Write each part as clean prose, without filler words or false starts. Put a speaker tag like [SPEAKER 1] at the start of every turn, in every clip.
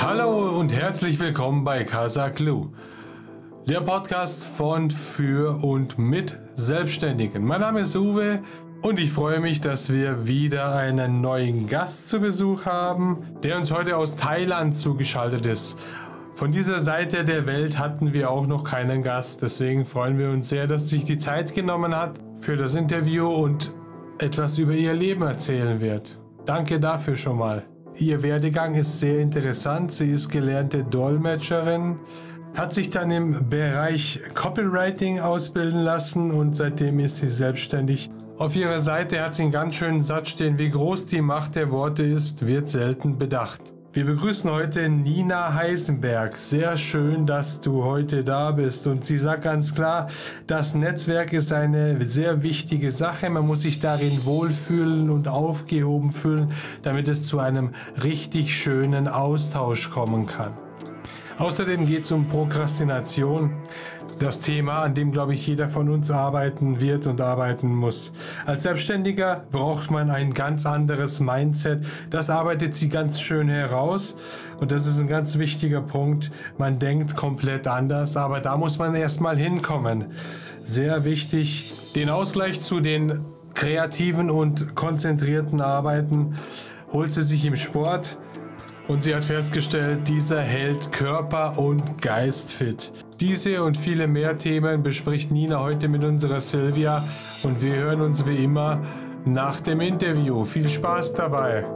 [SPEAKER 1] Hallo und herzlich willkommen bei Casa Clue, der Podcast von, für und mit Selbstständigen. Mein Name ist Uwe und ich freue mich, dass wir wieder einen neuen Gast zu Besuch haben, der uns heute aus Thailand zugeschaltet ist. Von dieser Seite der Welt hatten wir auch noch keinen Gast, deswegen freuen wir uns sehr, dass sie sich die Zeit genommen hat für das Interview und etwas über ihr Leben erzählen wird. Danke dafür schon mal. Ihr Werdegang ist sehr interessant. Sie ist gelernte Dolmetscherin, hat sich dann im Bereich Copywriting ausbilden lassen und seitdem ist sie selbstständig. Auf ihrer Seite hat sie einen ganz schönen Satz stehen: Wie groß die Macht der Worte ist, wird selten bedacht. Wir begrüßen heute Nina Heisenberg. Sehr schön, dass du heute da bist. Und sie sagt ganz klar, das Netzwerk ist eine sehr wichtige Sache. Man muss sich darin wohlfühlen und aufgehoben fühlen, damit es zu einem richtig schönen Austausch kommen kann. Außerdem geht es um Prokrastination, das Thema, an dem, glaube ich, jeder von uns arbeiten wird und arbeiten muss. Als Selbstständiger braucht man ein ganz anderes Mindset. Das arbeitet sie ganz schön heraus und das ist ein ganz wichtiger Punkt. Man denkt komplett anders, aber da muss man erstmal hinkommen. Sehr wichtig, den Ausgleich zu den kreativen und konzentrierten Arbeiten holt sie sich im Sport. Und sie hat festgestellt, dieser hält Körper und Geist fit. Diese und viele mehr Themen bespricht Nina heute mit unserer Silvia und wir hören uns wie immer nach dem Interview. Viel Spaß dabei!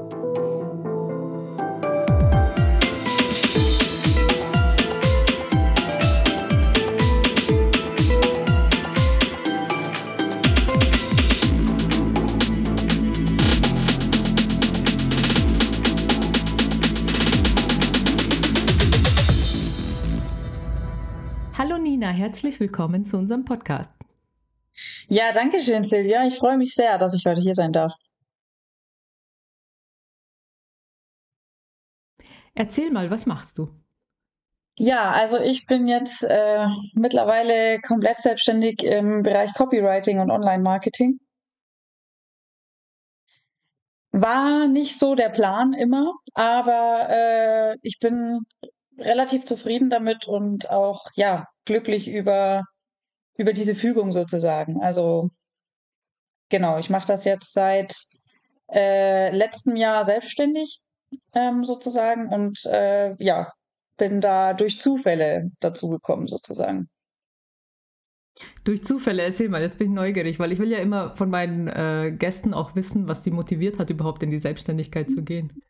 [SPEAKER 2] Hallo Nina, herzlich willkommen zu unserem Podcast.
[SPEAKER 3] Ja, danke schön, Silvia. Ich freue mich sehr, dass ich heute hier sein darf.
[SPEAKER 2] Erzähl mal, was machst du?
[SPEAKER 3] Ja, also ich bin jetzt mittlerweile komplett selbstständig im Bereich Copywriting und Online-Marketing. War nicht so der Plan immer, aber ich bin relativ zufrieden damit und auch ja glücklich über diese Fügung sozusagen. Also genau, ich mache das jetzt seit letztem Jahr selbstständig sozusagen und ja, bin da durch Zufälle dazu gekommen sozusagen.
[SPEAKER 2] Durch Zufälle, erzähl mal, jetzt bin ich neugierig, weil ich will ja immer von meinen Gästen auch wissen, was sie motiviert hat, überhaupt in die Selbstständigkeit zu gehen.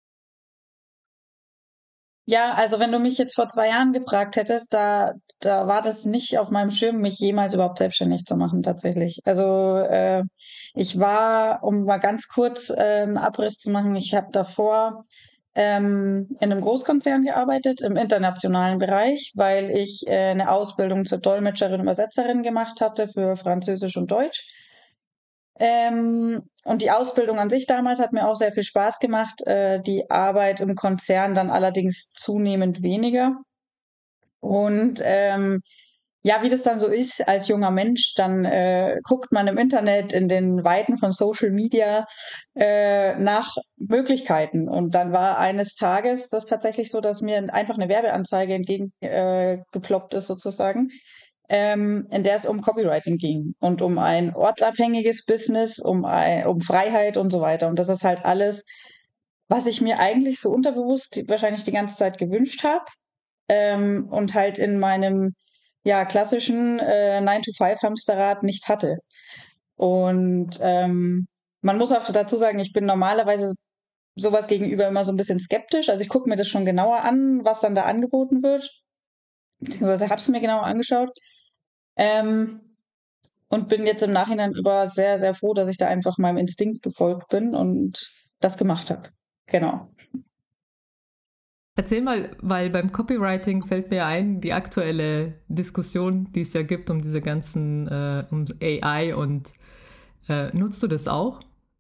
[SPEAKER 3] Ja, also wenn du mich jetzt vor 2 Jahren gefragt hättest, da war das nicht auf meinem Schirm, mich jemals überhaupt selbstständig zu machen, tatsächlich. Also ich war, um mal ganz kurz einen Abriss zu machen, ich habe davor in einem Großkonzern gearbeitet, im internationalen Bereich, weil ich eine Ausbildung zur Dolmetscherin, Übersetzerin gemacht hatte für Französisch und Deutsch. Und die Ausbildung an sich damals hat mir auch sehr viel Spaß gemacht, die Arbeit im Konzern dann allerdings zunehmend weniger. Und ja, wie das dann so ist als junger Mensch, dann guckt man im Internet in den Weiten von Social Media nach Möglichkeiten. Und dann war eines Tages das tatsächlich so, dass mir einfach eine Werbeanzeige entgegengeploppt ist sozusagen, in der es um Copywriting ging und um ein ortsabhängiges Business, um Freiheit und so weiter. Und das ist halt alles, was ich mir eigentlich so unterbewusst wahrscheinlich die ganze Zeit gewünscht habe, und halt in meinem ja, klassischen 9-to-5-Hamsterrad nicht hatte. Und man muss auch dazu sagen, ich bin normalerweise sowas gegenüber immer so ein bisschen skeptisch. Also ich gucke mir das schon genauer an, was dann da angeboten wird. Beziehungsweise habe es mir genauer angeschaut. Und bin jetzt im Nachhinein über sehr, sehr froh, dass ich da einfach meinem Instinkt gefolgt bin und das gemacht habe. Genau.
[SPEAKER 2] Erzähl mal, weil beim Copywriting fällt mir ein, die aktuelle Diskussion, die es ja gibt um diese ganzen um AI und nutzt du das auch?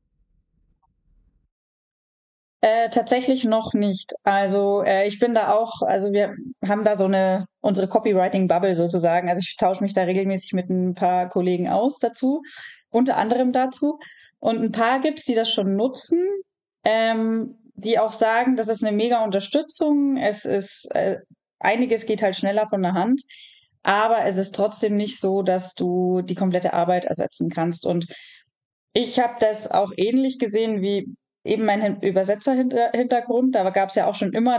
[SPEAKER 3] Tatsächlich noch nicht. Also ich bin da auch, also wir haben da unsere Copywriting-Bubble sozusagen. Also ich tausche mich da regelmäßig mit ein paar Kollegen aus dazu, unter anderem dazu. Und ein paar gibt's, die das schon nutzen. die auch sagen, das ist eine mega Unterstützung. Es ist, einiges geht halt schneller von der Hand, aber es ist trotzdem nicht so, dass du die komplette Arbeit ersetzen kannst. Und ich habe das auch ähnlich gesehen wie eben mein Übersetzer-Hintergrund. Da gab es ja auch schon immer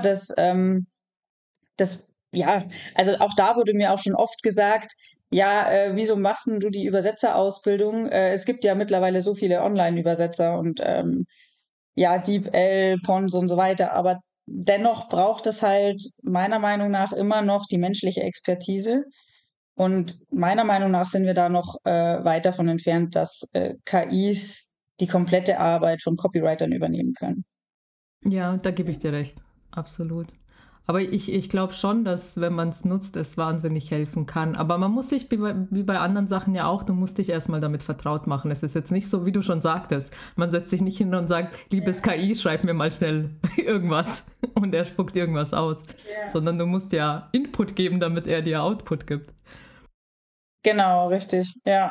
[SPEAKER 3] ja, also auch da wurde mir auch schon oft gesagt, ja, wieso machst denn du die Übersetzerausbildung? Es gibt ja mittlerweile so viele Online-Übersetzer und ja, DeepL, Pons und so weiter, aber dennoch braucht es halt meiner Meinung nach immer noch die menschliche Expertise. Und meiner Meinung nach sind wir da noch weit davon entfernt, dass KIs die komplette Arbeit von Copywritern übernehmen können.
[SPEAKER 2] Ja, da gebe ich dir recht. Absolut. Aber ich glaube schon, dass, wenn man es nutzt, es wahnsinnig helfen kann. Aber man muss sich, wie bei anderen Sachen ja auch, du musst dich erstmal damit vertraut machen. Es ist jetzt nicht so, wie du schon sagtest. Man setzt sich nicht hin und sagt, liebes KI, schreib mir mal schnell irgendwas. Und er spuckt irgendwas aus.
[SPEAKER 3] Ja.
[SPEAKER 2] Sondern du musst ja Input geben, damit er dir Output gibt.
[SPEAKER 3] Genau, richtig, ja.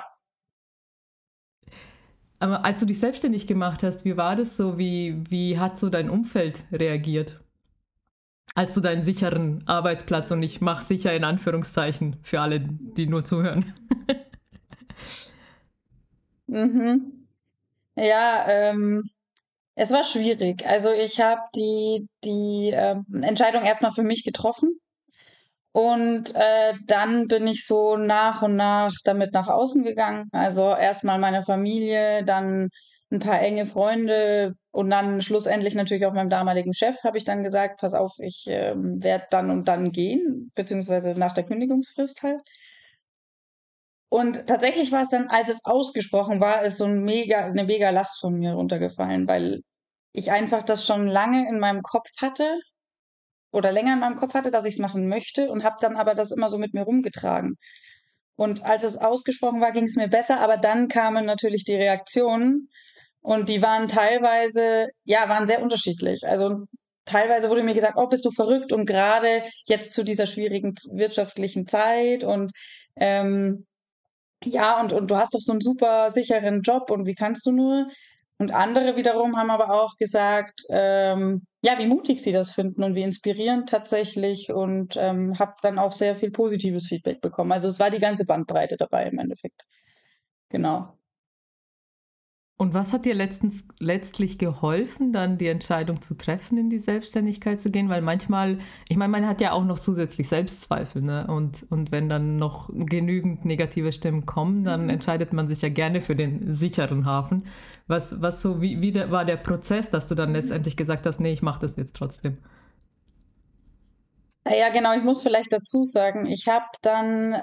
[SPEAKER 2] Aber als du dich selbstständig gemacht hast, wie war das so? Wie hat so dein Umfeld reagiert? Als du deinen sicheren Arbeitsplatz, und ich mache sicher in Anführungszeichen für alle, die nur zuhören.
[SPEAKER 3] Mhm. Ja, es war schwierig. Also ich habe die Entscheidung erstmal für mich getroffen und dann bin ich so nach und nach damit nach außen gegangen. Also erstmal meine Familie, dann ein paar enge Freunde und dann schlussendlich natürlich auch meinem damaligen Chef habe ich dann gesagt, pass auf, ich werde dann und dann gehen, beziehungsweise nach der Kündigungsfrist halt. Und tatsächlich war es dann, als es ausgesprochen war, ist so eine mega Last von mir runtergefallen, weil ich einfach das schon lange in meinem Kopf hatte oder länger in meinem Kopf hatte, dass ich es machen möchte und habe dann aber das immer so mit mir rumgetragen. Und als es ausgesprochen war, ging es mir besser, aber dann kamen natürlich die Reaktionen und die waren teilweise, ja, waren sehr unterschiedlich. Also teilweise wurde mir gesagt, oh, bist du verrückt und gerade jetzt zu dieser schwierigen wirtschaftlichen Zeit und ja, und du hast doch so einen super sicheren Job und wie kannst du nur? Und andere wiederum haben aber auch gesagt, ja, wie mutig sie das finden und wie inspirierend tatsächlich und habe dann auch sehr viel positives Feedback bekommen. Also es war die ganze Bandbreite dabei im Endeffekt. Genau.
[SPEAKER 2] Und was hat dir letztlich geholfen, dann die Entscheidung zu treffen, in die Selbstständigkeit zu gehen? Weil manchmal, ich meine, man hat ja auch noch zusätzlich Selbstzweifel, ne? Und wenn dann noch genügend negative Stimmen kommen, dann entscheidet man sich ja gerne für den sicheren Hafen. Wie war der Prozess, dass du dann letztendlich gesagt hast, nee, ich mache das jetzt trotzdem?
[SPEAKER 3] Ja, genau, ich muss vielleicht dazu sagen, ich habe dann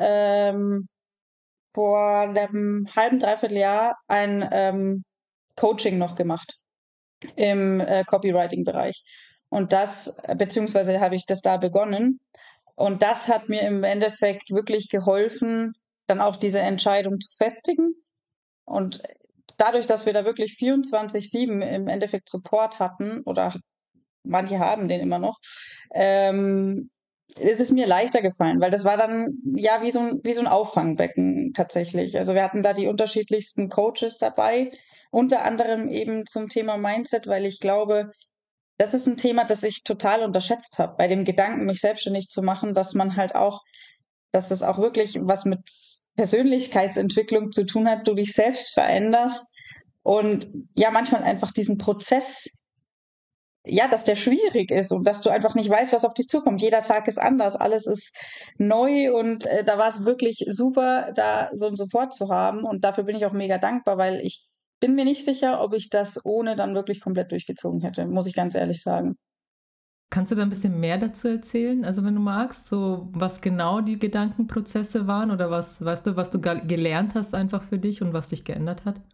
[SPEAKER 3] vor einem halben, dreiviertel Jahr ein Coaching noch gemacht im Copywriting-Bereich. Und das, beziehungsweise habe ich das da begonnen. Und das hat mir im Endeffekt wirklich geholfen, dann auch diese Entscheidung zu festigen. Und dadurch, dass wir da wirklich 24/7 im Endeffekt Support hatten, oder manche haben den immer noch, ist es mir leichter gefallen, weil das war dann ja wie so ein Auffangbecken tatsächlich. Also wir hatten da die unterschiedlichsten Coaches dabei, unter anderem eben zum Thema Mindset, weil ich glaube, das ist ein Thema, das ich total unterschätzt habe, bei dem Gedanken, mich selbstständig zu machen, dass man halt auch, dass das auch wirklich was mit Persönlichkeitsentwicklung zu tun hat, du dich selbst veränderst und ja, manchmal einfach diesen Prozess, ja, dass der schwierig ist und dass du einfach nicht weißt, was auf dich zukommt. Jeder Tag ist anders, alles ist neu und da war es wirklich super, da so einen Support zu haben und dafür bin ich auch mega dankbar, weil ich bin mir nicht sicher, ob ich das ohne dann wirklich komplett durchgezogen hätte, muss ich ganz ehrlich sagen.
[SPEAKER 2] Kannst du da ein bisschen mehr dazu erzählen? Also wenn du magst, so was genau die Gedankenprozesse waren oder was, weißt du, was du gelernt hast einfach für dich und was dich geändert hat?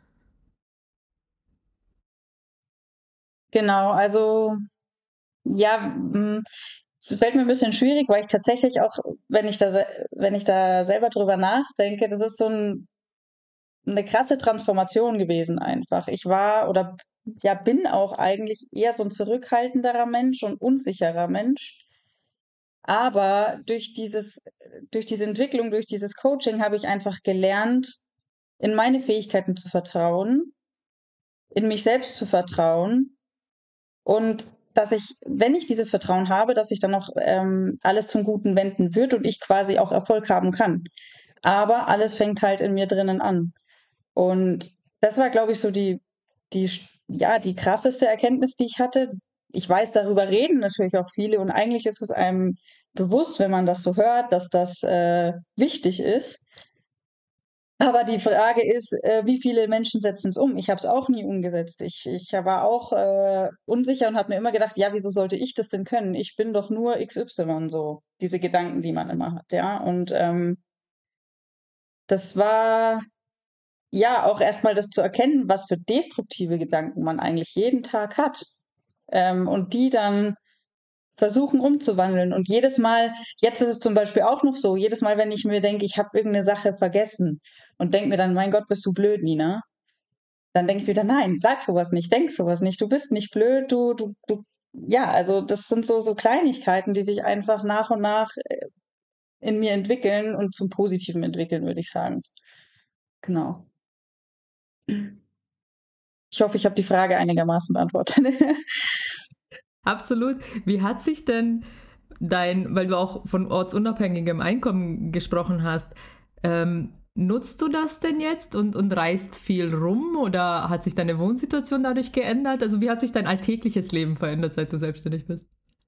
[SPEAKER 3] Genau, also ja, es fällt mir ein bisschen schwierig, weil ich tatsächlich auch, wenn ich da selber drüber nachdenke, das ist so eine krasse Transformation gewesen einfach. Ich war oder ja, bin auch eigentlich eher so ein zurückhaltenderer Mensch und unsicherer Mensch. Aber durch diese Entwicklung, durch dieses Coaching habe ich einfach gelernt, in meine Fähigkeiten zu vertrauen, in mich selbst zu vertrauen Und dass ich, wenn ich dieses Vertrauen habe, dass sich dann noch alles zum Guten wenden wird und ich quasi auch Erfolg haben kann. Aber alles fängt halt in mir drinnen an. Und das war, glaube ich, so die krasseste Erkenntnis, die ich hatte. Ich weiß, darüber reden natürlich auch viele und eigentlich ist es einem bewusst, wenn man das so hört, dass das wichtig ist. Aber die Frage ist, wie viele Menschen setzen es um? Ich habe es auch nie umgesetzt. Ich war auch unsicher und habe mir immer gedacht, ja, wieso sollte ich das denn können? Ich bin doch nur XY, so diese Gedanken, die man immer hat, ja. Und das war ja auch erstmal das zu erkennen, was für destruktive Gedanken man eigentlich jeden Tag hat. Und die dann versuchen umzuwandeln. Und jedes Mal, jetzt ist es zum Beispiel auch noch so, jedes Mal, wenn ich mir denke, ich habe irgendeine Sache vergessen und denke mir dann, mein Gott, bist du blöd, Nina? Dann denke ich wieder, nein, sag sowas nicht, denk sowas nicht, du bist nicht blöd, ja, also das sind so Kleinigkeiten, die sich einfach nach und nach in mir entwickeln und zum Positiven entwickeln, würde ich sagen. Genau. Ich hoffe, ich habe die Frage einigermaßen beantwortet.
[SPEAKER 2] Absolut. Wie hat sich denn weil du auch von ortsunabhängigem Einkommen gesprochen hast, nutzt du das denn jetzt und reist viel rum oder hat sich deine Wohnsituation dadurch geändert? Also wie hat sich dein alltägliches Leben verändert, seit du selbstständig bist?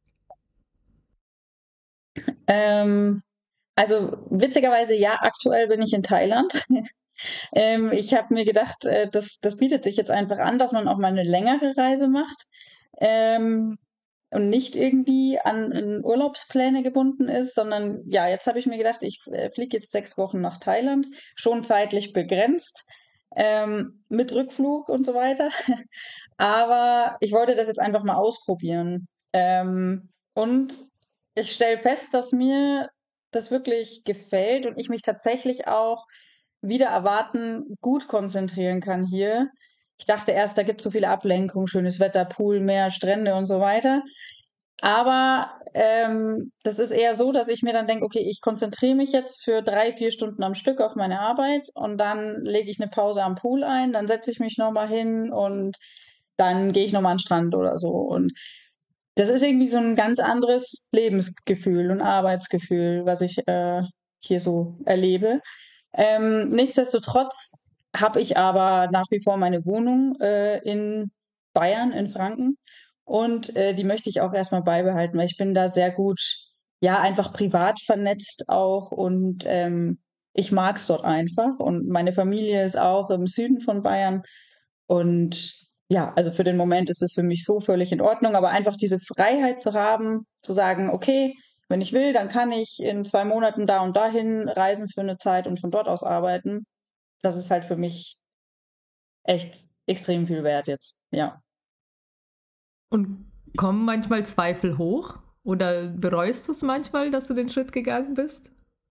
[SPEAKER 3] Also witzigerweise, ja, aktuell bin ich in Thailand. Ich habe mir gedacht, das bietet sich jetzt einfach an, dass man auch mal eine längere Reise macht. Und nicht irgendwie an Urlaubspläne gebunden ist, sondern ja, jetzt habe ich mir gedacht, ich fliege jetzt 6 Wochen nach Thailand, schon zeitlich begrenzt, mit Rückflug und so weiter. Aber ich wollte das jetzt einfach mal ausprobieren. Und ich stelle fest, dass mir das wirklich gefällt und ich mich tatsächlich auch wieder erwarten gut konzentrieren kann hier. Ich dachte erst, da gibt es so viele Ablenkungen, schönes Wetter, Pool, Meer, Strände und so weiter. Aber das ist eher so, dass ich mir dann denke, okay, ich konzentriere mich jetzt für 3, 4 Stunden am Stück auf meine Arbeit und dann lege ich eine Pause am Pool ein, dann setze ich mich nochmal hin und dann gehe ich nochmal an den Strand oder so. Und das ist irgendwie so ein ganz anderes Lebensgefühl und Arbeitsgefühl, was ich hier so erlebe. Nichtsdestotrotz habe ich aber nach wie vor meine Wohnung in Bayern, in Franken. Und die möchte ich auch erstmal beibehalten, weil ich bin da sehr gut, ja, einfach privat vernetzt auch und ich mag es dort einfach. Und meine Familie ist auch im Süden von Bayern. Und ja, also für den Moment ist es für mich so völlig in Ordnung, aber einfach diese Freiheit zu haben, zu sagen, okay, wenn ich will, dann kann ich in 2 Monaten da und dahin reisen für eine Zeit und von dort aus arbeiten. Das ist halt für mich echt extrem viel wert jetzt, ja.
[SPEAKER 2] Und kommen manchmal Zweifel hoch? Oder bereust du es manchmal, dass du den Schritt gegangen bist?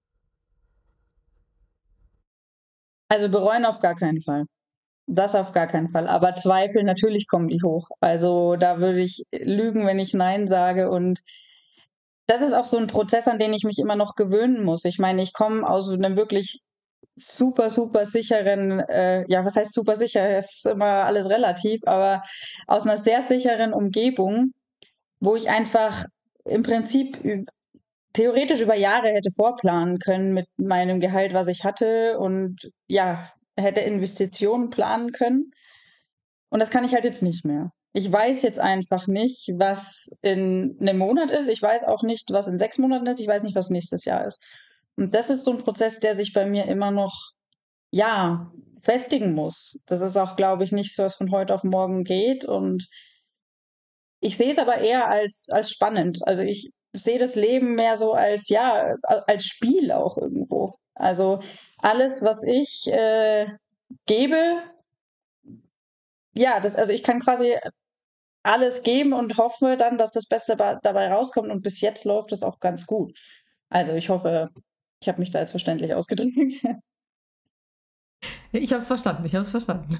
[SPEAKER 3] Also bereuen auf gar keinen Fall. Das auf gar keinen Fall. Aber Zweifel, natürlich kommen die hoch. Also da würde ich lügen, wenn ich Nein sage. Und das ist auch so ein Prozess, an den ich mich immer noch gewöhnen muss. Ich meine, ich komme aus einem wirklich super, super sicheren, ja, was heißt super sicher? Es ist immer alles relativ, aber aus einer sehr sicheren Umgebung, wo ich einfach im Prinzip theoretisch über Jahre hätte vorplanen können mit meinem Gehalt, was ich hatte und ja, hätte Investitionen planen können. Und das kann ich halt jetzt nicht mehr. Ich weiß jetzt einfach nicht, was in einem Monat ist. Ich weiß auch nicht, was in 6 Monaten ist. Ich weiß nicht, was nächstes Jahr ist. Und das ist so ein Prozess, der sich bei mir immer noch, ja, festigen muss. Das ist auch, glaube ich, nicht so, was von heute auf morgen geht. Und ich sehe es aber eher als spannend. Also ich sehe das Leben mehr so als, ja, als Spiel auch irgendwo. Also alles, was ich gebe, ja, also ich kann quasi alles geben und hoffe dann, dass das Beste dabei rauskommt. Und bis jetzt läuft es auch ganz gut. Also ich hoffe, ich habe mich da jetzt verständlich ausgedrückt.
[SPEAKER 2] Ich habe es verstanden, ich habe es verstanden.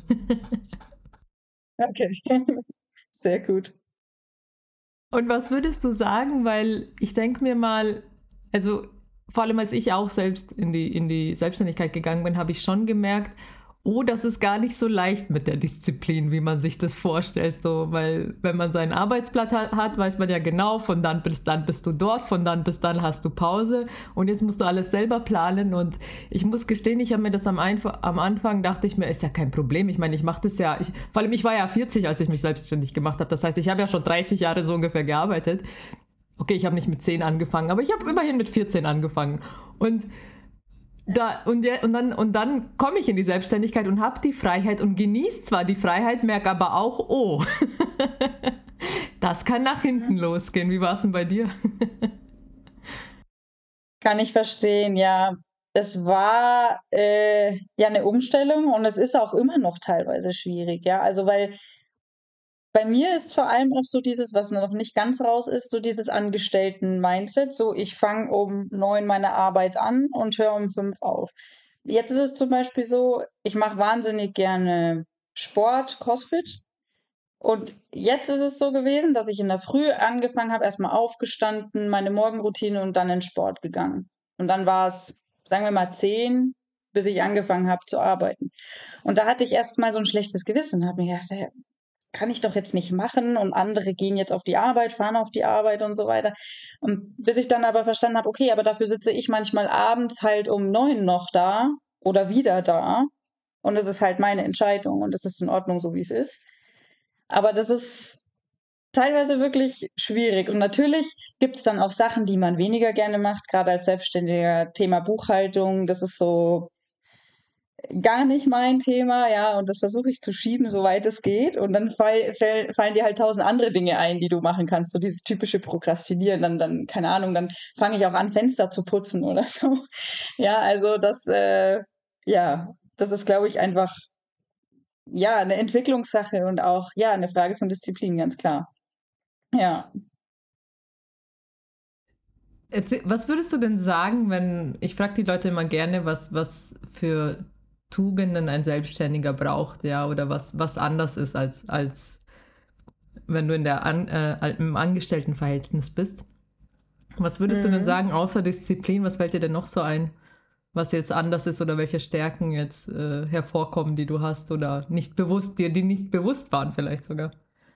[SPEAKER 3] Okay, sehr gut.
[SPEAKER 2] Und was würdest du sagen, weil ich denke mir mal, also vor allem als ich auch selbst in die Selbstständigkeit gegangen bin, habe ich schon gemerkt, oh, das ist gar nicht so leicht mit der Disziplin, wie man sich das vorstellt. So, weil wenn man seinen Arbeitsblatt hat, weiß man ja genau, von dann bis dann bist du dort, von dann bis dann hast du Pause und jetzt musst du alles selber planen. Und ich muss gestehen, ich habe mir das am Anfang, dachte ich mir, ist ja kein Problem. Ich meine, ich mache das ja, vor allem ich war ja 40, als ich mich selbstständig gemacht habe. Das heißt, ich habe ja schon 30 Jahre so ungefähr gearbeitet. Okay, ich habe nicht mit 10 angefangen, aber ich habe immerhin mit 14 angefangen. Und dann komme ich in die Selbstständigkeit und habe die Freiheit und genieße zwar die Freiheit, merke aber auch, oh, das kann nach hinten losgehen. Wie war es denn bei dir?
[SPEAKER 3] Kann ich verstehen, ja. Es war ja eine Umstellung und es ist auch immer noch teilweise schwierig, ja. Also weil bei mir ist vor allem auch so dieses, was noch nicht ganz raus ist, so dieses Angestellten-Mindset. So, ich fange um 9 meine Arbeit an und höre um 5 auf. Jetzt ist es zum Beispiel so, ich mache wahnsinnig gerne Sport, CrossFit. Und jetzt ist es so gewesen, dass ich in der Früh angefangen habe, erstmal aufgestanden, meine Morgenroutine und dann in Sport gegangen. Und dann war es, sagen wir mal, 10, bis ich angefangen habe zu arbeiten. Und da hatte ich erst mal so ein schlechtes Gewissen, habe mir gedacht, hey, das kann ich doch jetzt nicht machen und andere gehen jetzt auf die Arbeit, fahren auf die Arbeit und so weiter. Und bis ich dann aber verstanden habe, okay, aber dafür sitze ich manchmal abends halt um 9 noch da oder wieder da. Und es ist halt meine Entscheidung und es ist in Ordnung, so wie es ist. Aber das ist teilweise wirklich schwierig. Und natürlich gibt es dann auch Sachen, die man weniger gerne macht, gerade als Selbstständiger. Thema Buchhaltung, das ist so gar nicht mein Thema, ja, und das versuche ich zu schieben, soweit es geht. Und dann fallen dir halt 1000 andere Dinge ein, die du machen kannst. So dieses typische Prokrastinieren, dann keine Ahnung, dann fange ich auch an, Fenster zu putzen oder so. Ja, also ja, das ist, glaube ich, einfach, ja, eine Entwicklungssache und auch, ja, eine Frage von Disziplin, ganz klar. Ja.
[SPEAKER 2] Was würdest du denn sagen, wenn, ich frage die Leute immer gerne, was für Tugenden ein Selbstständiger braucht, ja, oder was anders ist, als wenn du im Angestelltenverhältnis bist. Was würdest du denn
[SPEAKER 3] Mhm.
[SPEAKER 2] sagen, außer Disziplin, was fällt dir denn noch so ein, was jetzt anders ist oder welche Stärken jetzt hervorkommen, die du hast oder die nicht bewusst waren vielleicht sogar?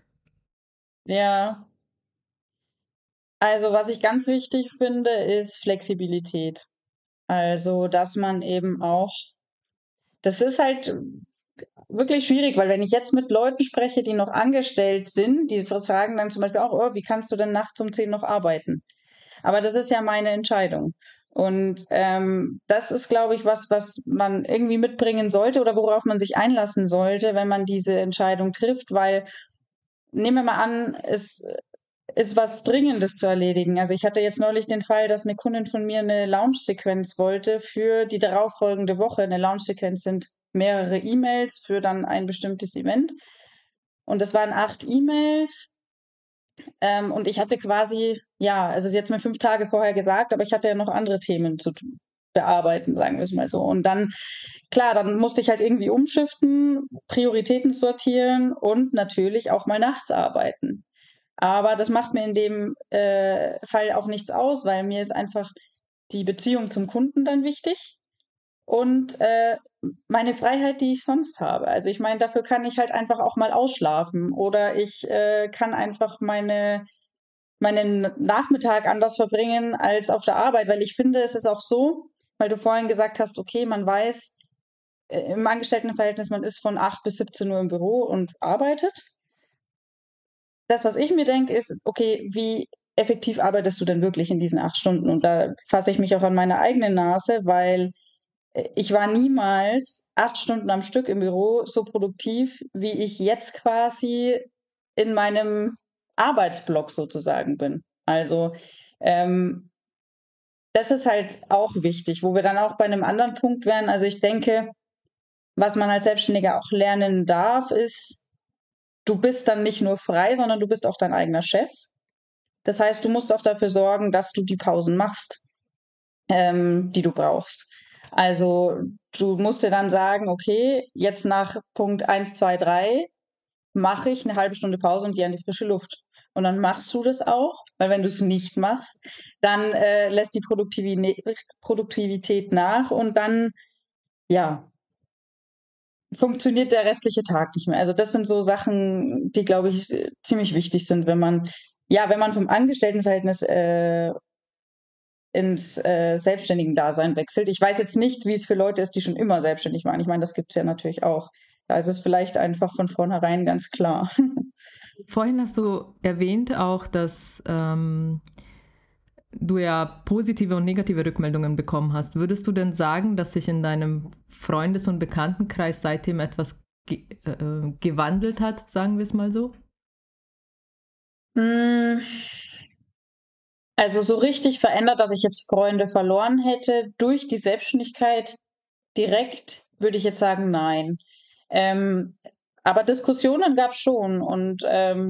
[SPEAKER 3] Ja. Also, was ich ganz wichtig finde, ist Flexibilität. Also, dass man eben auch, das ist halt wirklich schwierig, weil wenn ich jetzt mit Leuten spreche, die noch angestellt sind, die fragen dann zum Beispiel auch, oh, wie kannst du denn nachts um 10 noch arbeiten? Aber das ist ja meine Entscheidung. Und das ist, glaube ich, was man irgendwie mitbringen sollte oder worauf man sich einlassen sollte, wenn man diese Entscheidung trifft, weil nehmen wir mal an, es ist was Dringendes zu erledigen. Also ich hatte jetzt neulich den Fall, dass eine Kundin von mir eine Launch-Sequenz wollte für die darauffolgende Woche. Eine Launch-Sequenz sind mehrere E-Mails für dann ein bestimmtes Event. Und es waren 8 E-Mails. Und ich hatte quasi, ja, es ist jetzt mir 5 Tage vorher gesagt, aber ich hatte ja noch andere Themen zu bearbeiten, sagen wir es mal so. Und dann, klar, dann musste ich halt irgendwie umschiften, Prioritäten sortieren und natürlich auch mal nachts arbeiten. Aber das macht mir in dem Fall auch nichts aus, weil mir ist einfach die Beziehung zum Kunden dann wichtig und meine Freiheit, die ich sonst habe. Also ich meine, dafür kann ich halt einfach auch mal ausschlafen oder ich kann einfach meinen Nachmittag anders verbringen als auf der Arbeit, weil ich finde, es ist auch so, weil du vorhin gesagt hast, okay, man weiß im Angestelltenverhältnis, man ist von 8 bis 17 Uhr im Büro und arbeitet. Das, was ich mir denke, ist, okay, wie effektiv arbeitest du denn wirklich in diesen 8 Stunden? Und da fasse ich mich auch an meine eigene Nase, weil ich war niemals 8 Stunden am Stück im Büro so produktiv, wie ich jetzt quasi in meinem Arbeitsblock sozusagen bin. Also ähm, das ist halt auch wichtig, wo wir dann auch bei einem anderen Punkt wären. Also ich denke, was man als Selbstständiger auch lernen darf, ist, du bist dann nicht nur frei, sondern du bist auch dein eigener Chef. Das heißt, du musst auch dafür sorgen, dass du die Pausen machst, die du brauchst. Also du musst dir dann sagen, okay, jetzt nach Punkt 1, 2, 3 mache ich eine halbe Stunde Pause und gehe an die frische Luft. Und dann machst du das auch, weil wenn du es nicht machst, dann lässt die Produktivität nach und dann, ja, funktioniert der restliche Tag nicht mehr. Also das sind so Sachen, die, glaube ich, ziemlich wichtig sind, wenn man vom Angestelltenverhältnis ins Selbstständigen-Dasein wechselt. Ich weiß jetzt nicht, wie es für Leute ist, die schon immer selbstständig waren. Ich meine, das gibt es ja natürlich auch. Da ist es vielleicht einfach von vornherein ganz klar.
[SPEAKER 2] Vorhin hast du erwähnt auch, dass du ja positive und negative Rückmeldungen bekommen hast. Würdest du denn sagen, dass sich in deinem Freundes- und Bekanntenkreis seitdem etwas gewandelt hat, sagen wir es mal so?
[SPEAKER 3] Mm, Also so richtig verändert, dass ich jetzt Freunde verloren hätte durch die Selbstständigkeit direkt, würde ich jetzt sagen, nein. Ähm, aber Diskussionen gab es schon und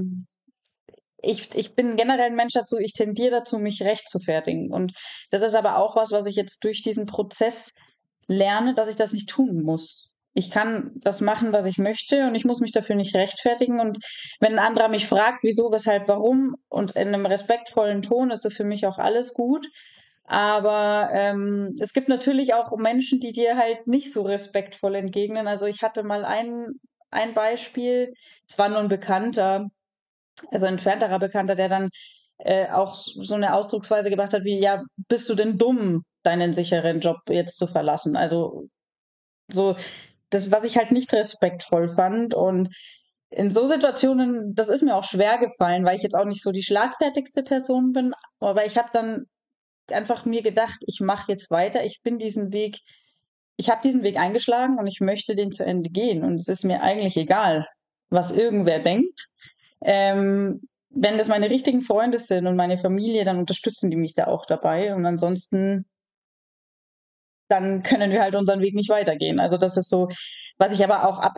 [SPEAKER 3] ich bin generell ein Mensch dazu, ich tendiere dazu, mich rechtfertigen. Und das ist aber auch was ich jetzt durch diesen Prozess lerne, dass ich das nicht tun muss. Ich kann das machen, was ich möchte und ich muss mich dafür nicht rechtfertigen. Und wenn ein anderer mich fragt, wieso, weshalb, warum und in einem respektvollen Ton, ist das für mich auch alles gut. Aber es gibt natürlich auch Menschen, die dir halt nicht so respektvoll entgegnen. Also ich hatte mal ein Beispiel, es war nur ein Bekannter, also ein entfernterer Bekannter, der dann auch so eine Ausdrucksweise gebracht hat wie, ja, bist du denn dumm, deinen sicheren Job jetzt zu verlassen? Also so, das, was ich halt nicht respektvoll fand. Und in so Situationen, das ist mir auch schwer gefallen, weil ich jetzt auch nicht so die schlagfertigste Person bin, aber ich habe dann einfach mir gedacht, ich mache jetzt weiter, ich habe diesen Weg eingeschlagen und ich möchte den zu Ende gehen. Und es ist mir eigentlich egal, was irgendwer denkt. Wenn das meine richtigen Freunde sind und meine Familie, dann unterstützen die mich da auch dabei. Und ansonsten, dann können wir halt unseren Weg nicht weitergehen. Also das ist so, was ich aber auch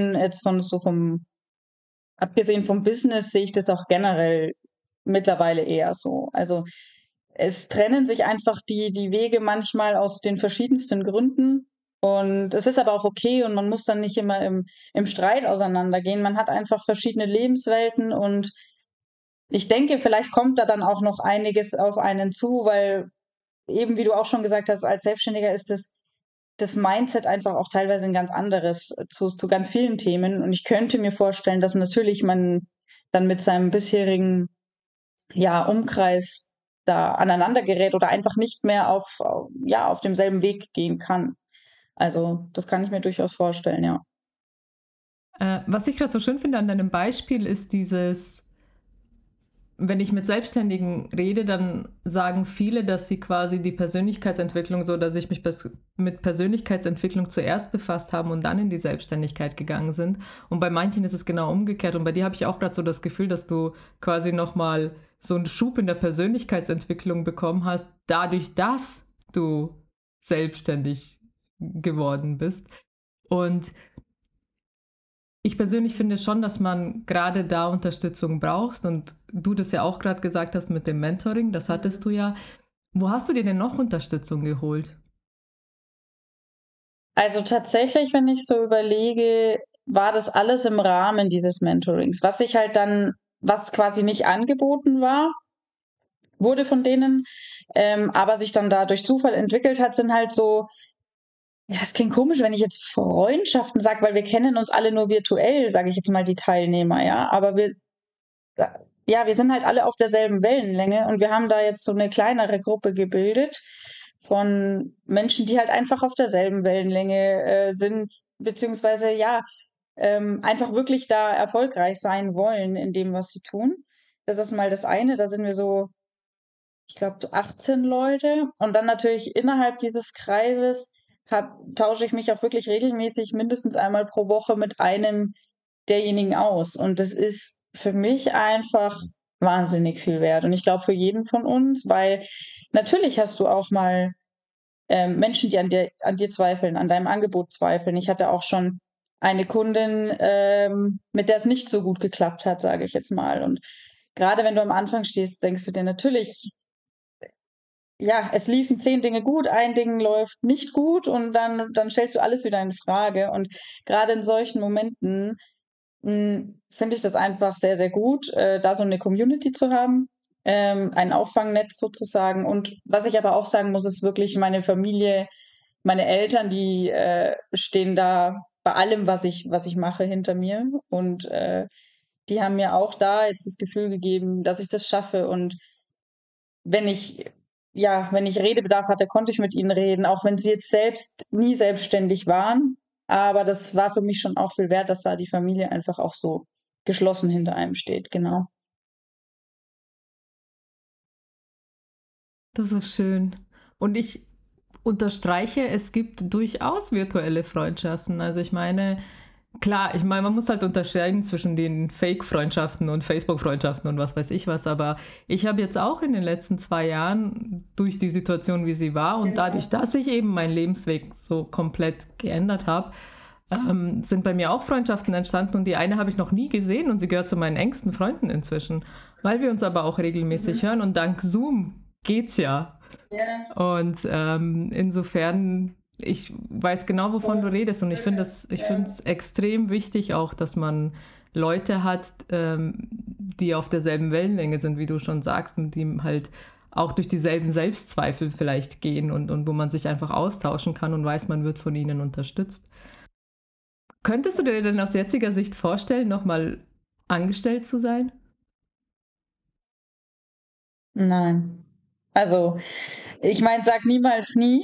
[SPEAKER 3] abgesehen vom Business sehe ich das auch generell mittlerweile eher so. Also es trennen sich einfach die Wege manchmal aus den verschiedensten Gründen. Und es ist aber auch okay und man muss dann nicht immer im Streit auseinandergehen. Man hat einfach verschiedene Lebenswelten und ich denke, vielleicht kommt da dann auch noch einiges auf einen zu, weil eben, wie du auch schon gesagt hast, als Selbstständiger ist das Mindset einfach auch teilweise ein ganz anderes zu ganz vielen Themen. Und ich könnte mir vorstellen, dass natürlich man dann mit seinem bisherigen, ja, Umkreis da aneinander gerät oder einfach nicht mehr auf demselben Weg gehen kann. Also, das kann ich mir durchaus vorstellen, ja.
[SPEAKER 2] Was ich gerade so schön finde an deinem Beispiel ist dieses, wenn ich mit Selbstständigen rede, dann sagen viele, dass sie quasi die Persönlichkeitsentwicklung so, dass ich mich mit Persönlichkeitsentwicklung zuerst befasst haben und dann in die Selbstständigkeit gegangen sind. Und bei manchen ist es genau umgekehrt. Und bei dir habe ich auch gerade so das Gefühl, dass du quasi nochmal so einen Schub in der Persönlichkeitsentwicklung bekommen hast, dadurch, dass du selbstständig geworden bist. Und ich persönlich finde schon, dass man gerade da Unterstützung braucht und du das ja auch gerade gesagt hast mit dem Mentoring, das hattest du ja. Wo hast du dir denn noch Unterstützung geholt?
[SPEAKER 3] Also tatsächlich, wenn ich so überlege, war das alles im Rahmen dieses Mentorings. Was quasi nicht angeboten war, wurde von denen, aber sich dann da durch Zufall entwickelt hat, sind halt so, ja, es klingt komisch, wenn ich jetzt Freundschaften sage, weil wir kennen uns alle nur virtuell, sage ich jetzt mal die Teilnehmer, ja. Aber wir sind halt alle auf derselben Wellenlänge und wir haben da jetzt so eine kleinere Gruppe gebildet von Menschen, die halt einfach auf derselben Wellenlänge sind, beziehungsweise ja, einfach wirklich da erfolgreich sein wollen in dem, was sie tun. Das ist mal das eine, da sind wir so, ich glaube, so 18 Leute. Und dann natürlich innerhalb dieses Kreises tausche ich mich auch wirklich regelmäßig mindestens einmal pro Woche mit einem derjenigen aus. Und das ist für mich einfach wahnsinnig viel wert. Und ich glaube für jeden von uns, weil natürlich hast du auch mal Menschen, die an dir zweifeln, an deinem Angebot zweifeln. Ich hatte auch schon eine Kundin, mit der es nicht so gut geklappt hat, sage ich jetzt mal. Und gerade wenn du am Anfang stehst, denkst du dir natürlich, ja, es liefen 10 Dinge gut, ein Ding läuft nicht gut und dann stellst du alles wieder in Frage. Und gerade in solchen Momenten finde ich das einfach sehr, sehr gut, da so eine Community zu haben, ein Auffangnetz sozusagen. Und was ich aber auch sagen muss, ist wirklich meine Familie, meine Eltern, die stehen da bei allem, was ich mache hinter mir. Und die haben mir auch da jetzt das Gefühl gegeben, dass ich das schaffe. Und wenn ich, wenn ich Redebedarf hatte, konnte ich mit ihnen reden, auch wenn sie jetzt selbst nie selbstständig waren. Aber das war für mich schon auch viel wert, dass da die Familie einfach auch so geschlossen hinter einem steht, genau.
[SPEAKER 2] Das ist schön. Und ich unterstreiche, es gibt durchaus virtuelle Freundschaften. Also ich meine, klar, ich meine, man muss halt unterscheiden zwischen den Fake-Freundschaften und Facebook-Freundschaften und was weiß ich was, aber ich habe jetzt auch in den letzten 2 Jahren durch die Situation, wie sie war und dadurch, dass ich eben meinen Lebensweg so komplett geändert habe, sind bei mir auch Freundschaften entstanden und die eine habe ich noch nie gesehen und sie gehört zu meinen engsten Freunden inzwischen, weil wir uns aber auch regelmäßig hören und dank Zoom geht's ja.
[SPEAKER 3] Ja.
[SPEAKER 2] Und insofern, ich weiß genau, wovon du redest und ich finde es extrem wichtig auch, dass man Leute hat, die auf derselben Wellenlänge sind, wie du schon sagst, und die halt auch durch dieselben Selbstzweifel vielleicht gehen und wo man sich einfach austauschen kann und weiß, man wird von ihnen unterstützt. Könntest du dir denn aus jetziger Sicht vorstellen, nochmal angestellt zu sein?
[SPEAKER 3] Nein. Also, ich meine, sag niemals nie.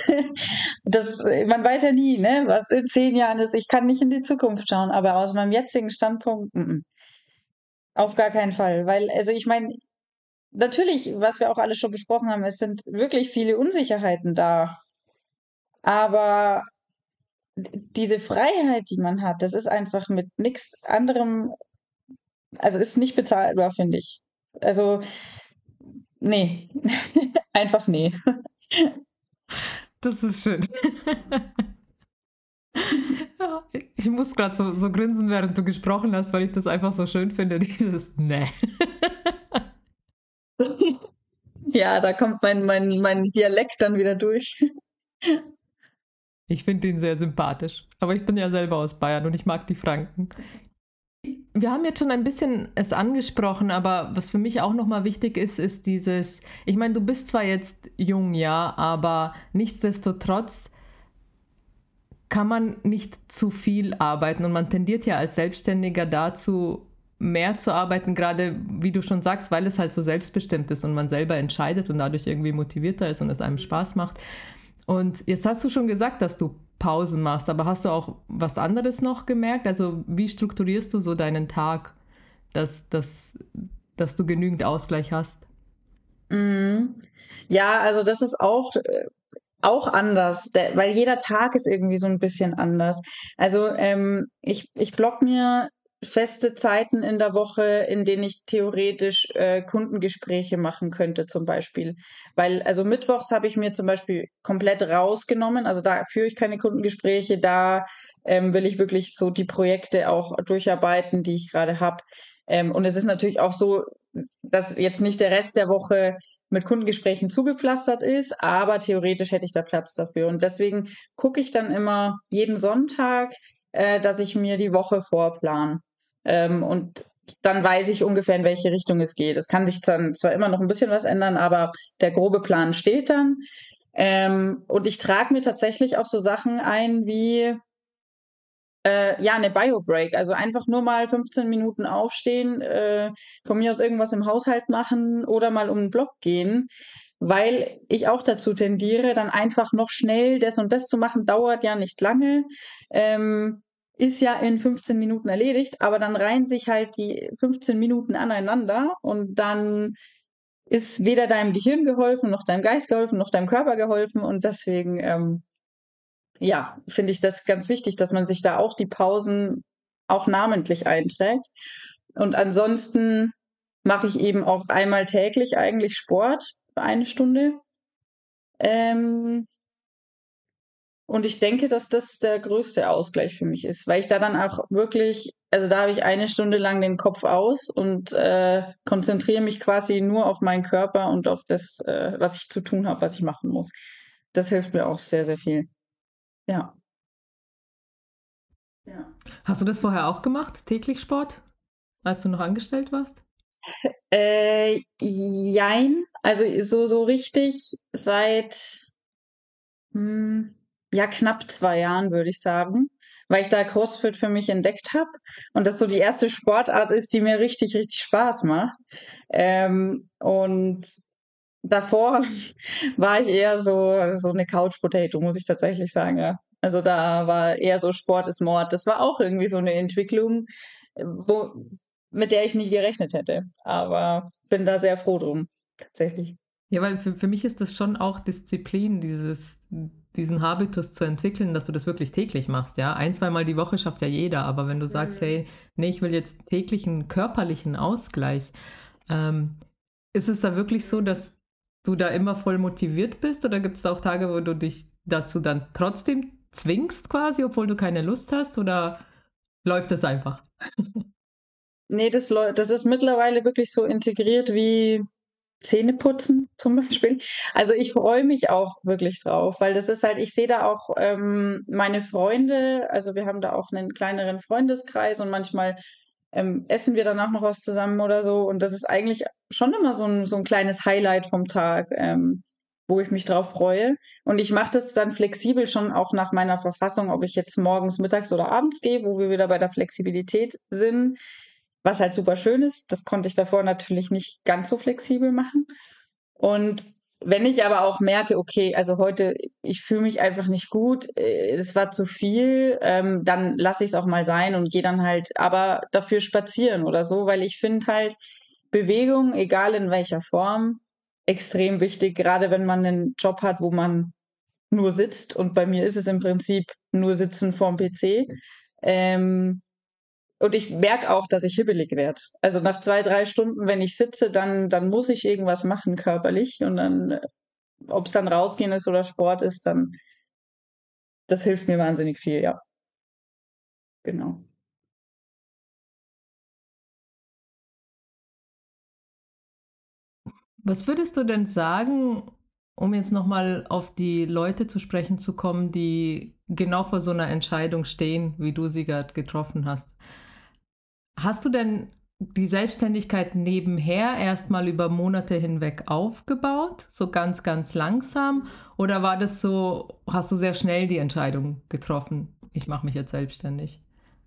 [SPEAKER 3] Man weiß ja nie, ne, was in 10 Jahren ist. Ich kann nicht in die Zukunft schauen, aber aus meinem jetzigen Standpunkt, auf gar keinen Fall. Weil, also ich meine, natürlich, was wir auch alle schon besprochen haben, es sind wirklich viele Unsicherheiten da. Aber diese Freiheit, die man hat, das ist einfach mit nichts anderem, also ist nicht bezahlbar, finde ich. Also, nee, einfach nee.
[SPEAKER 2] Das ist schön. Ja, ich muss gerade so grinsen, während du gesprochen hast, weil ich das einfach so schön finde, dieses Nee.
[SPEAKER 3] Ja, da kommt mein Dialekt dann wieder durch.
[SPEAKER 2] Ich finde ihn sehr sympathisch. Aber ich bin ja selber aus Bayern und ich mag die Franken. Wir haben jetzt schon ein bisschen es angesprochen, aber was für mich auch nochmal wichtig ist, ist dieses, ich meine, du bist zwar jetzt jung, ja, aber nichtsdestotrotz kann man nicht zu viel arbeiten und man tendiert ja als Selbstständiger dazu, mehr zu arbeiten, gerade wie du schon sagst, weil es halt so selbstbestimmt ist und man selber entscheidet und dadurch irgendwie motivierter ist und es einem Spaß macht. Und jetzt hast du schon gesagt, dass du Pausen machst, aber hast du auch was anderes noch gemerkt? Also wie strukturierst du so deinen Tag, dass du genügend Ausgleich hast?
[SPEAKER 3] Mhm. Ja, also das ist auch anders, weil jeder Tag ist irgendwie so ein bisschen anders. Also ich block mir feste Zeiten in der Woche, in denen ich theoretisch Kundengespräche machen könnte, zum Beispiel. Weil, also mittwochs habe ich mir zum Beispiel komplett rausgenommen, also da führe ich keine Kundengespräche, da will ich wirklich so die Projekte auch durcharbeiten, die ich gerade habe. Und es ist natürlich auch so, dass jetzt nicht der Rest der Woche mit Kundengesprächen zugepflastert ist, aber theoretisch hätte ich da Platz dafür. Und deswegen gucke ich dann immer jeden Sonntag, dass ich mir die Woche vorplan. Und dann weiß ich ungefähr, in welche Richtung es geht. Es kann sich dann zwar immer noch ein bisschen was ändern, aber der grobe Plan steht dann. Und ich trage mir tatsächlich auch so Sachen ein wie eine Bio-Break, also einfach nur mal 15 Minuten aufstehen, von mir aus irgendwas im Haushalt machen oder mal um den Block gehen, weil ich auch dazu tendiere, dann einfach noch schnell das und das zu machen, dauert ja nicht lange, ist ja in 15 Minuten erledigt, aber dann reihen sich halt die 15 Minuten aneinander und dann ist weder deinem Gehirn geholfen, noch deinem Geist geholfen, noch deinem Körper geholfen und deswegen finde ich das ganz wichtig, dass man sich da auch die Pausen auch namentlich einträgt. Und ansonsten mache ich eben auch einmal täglich eigentlich Sport für 1 Stunde. Ähm, und ich denke, dass das der größte Ausgleich für mich ist, weil ich da dann auch wirklich, also da habe ich 1 Stunde lang den Kopf aus und konzentriere mich quasi nur auf meinen Körper und auf das, was ich zu tun habe, was ich machen muss. Das hilft mir auch sehr, sehr viel. Ja. Ja.
[SPEAKER 2] Hast du das vorher auch gemacht, täglich Sport, als du noch angestellt warst?
[SPEAKER 3] Jein. Also so richtig seit knapp 2 Jahren, würde ich sagen. weil ich da CrossFit für mich entdeckt habe und das so die erste Sportart ist, die mir richtig, richtig Spaß macht. Und davor war ich eher so eine Couch-Potato, muss ich tatsächlich sagen, ja. Also da war eher so Sport ist Mord. Das war auch irgendwie so eine Entwicklung, wo, mit der ich nie gerechnet hätte. Aber bin da sehr froh drum, tatsächlich.
[SPEAKER 2] Ja, weil für mich ist das schon auch Disziplin, diesen Habitus zu entwickeln, dass du das wirklich täglich machst, ja. Ein, zweimal die Woche schafft ja jeder, aber wenn du sagst, hey, nee, ich will jetzt täglichen körperlichen Ausgleich, ist es da wirklich so, dass du da immer voll motiviert bist oder gibt es da auch Tage, wo du dich dazu dann trotzdem zwingst quasi, obwohl du keine Lust hast oder läuft das einfach?
[SPEAKER 3] Nee, das ist mittlerweile wirklich so integriert wie Zähneputzen zum Beispiel. Also ich freue mich auch wirklich drauf, weil das ist halt, ich sehe da auch meine Freunde, also wir haben da auch einen kleineren Freundeskreis und manchmal essen wir danach noch was zusammen oder so. Und das ist eigentlich schon immer so ein kleines Highlight vom Tag, wo ich mich drauf freue. Und ich mache das dann flexibel schon auch nach meiner Verfassung, ob ich jetzt morgens, mittags oder abends gehe, wo wir wieder bei der Flexibilität sind, was halt super schön ist. Das konnte ich davor natürlich nicht ganz so flexibel machen. Und wenn ich aber auch merke, okay, also heute, ich fühle mich einfach nicht gut, es war zu viel, dann lasse ich es auch mal sein und gehe dann halt aber dafür spazieren oder so, weil ich finde halt Bewegung, egal in welcher Form, extrem wichtig, gerade wenn man einen Job hat, wo man nur sitzt. Und bei mir ist es im Prinzip nur Sitzen vorm PC. Und ich merke auch, dass ich hibbelig werde. Also nach 2, 3 Stunden, wenn ich sitze, dann muss ich irgendwas machen körperlich. Und dann, ob es dann rausgehen ist oder Sport ist, dann, das hilft mir wahnsinnig viel, ja. Genau.
[SPEAKER 2] Was würdest du denn sagen, um jetzt nochmal auf die Leute zu sprechen zu kommen, die genau vor so einer Entscheidung stehen, wie du sie gerade getroffen hast? Hast du denn die Selbstständigkeit nebenher erstmal über Monate hinweg aufgebaut, so ganz, ganz langsam? Oder war das so, hast du sehr schnell die Entscheidung getroffen, ich mache mich jetzt selbstständig?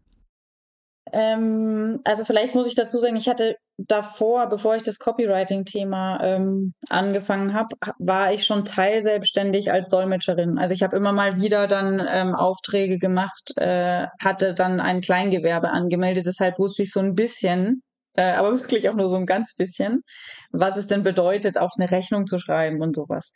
[SPEAKER 3] Also vielleicht muss ich dazu sagen, ich hatte davor, bevor ich das Copywriting-Thema angefangen habe, war ich schon teilselbstständig als Dolmetscherin. Also ich habe immer mal wieder dann Aufträge gemacht, hatte dann ein Kleingewerbe angemeldet. Deshalb wusste ich so ein bisschen, aber wirklich auch nur so ein ganz bisschen, was es denn bedeutet, auch eine Rechnung zu schreiben und sowas.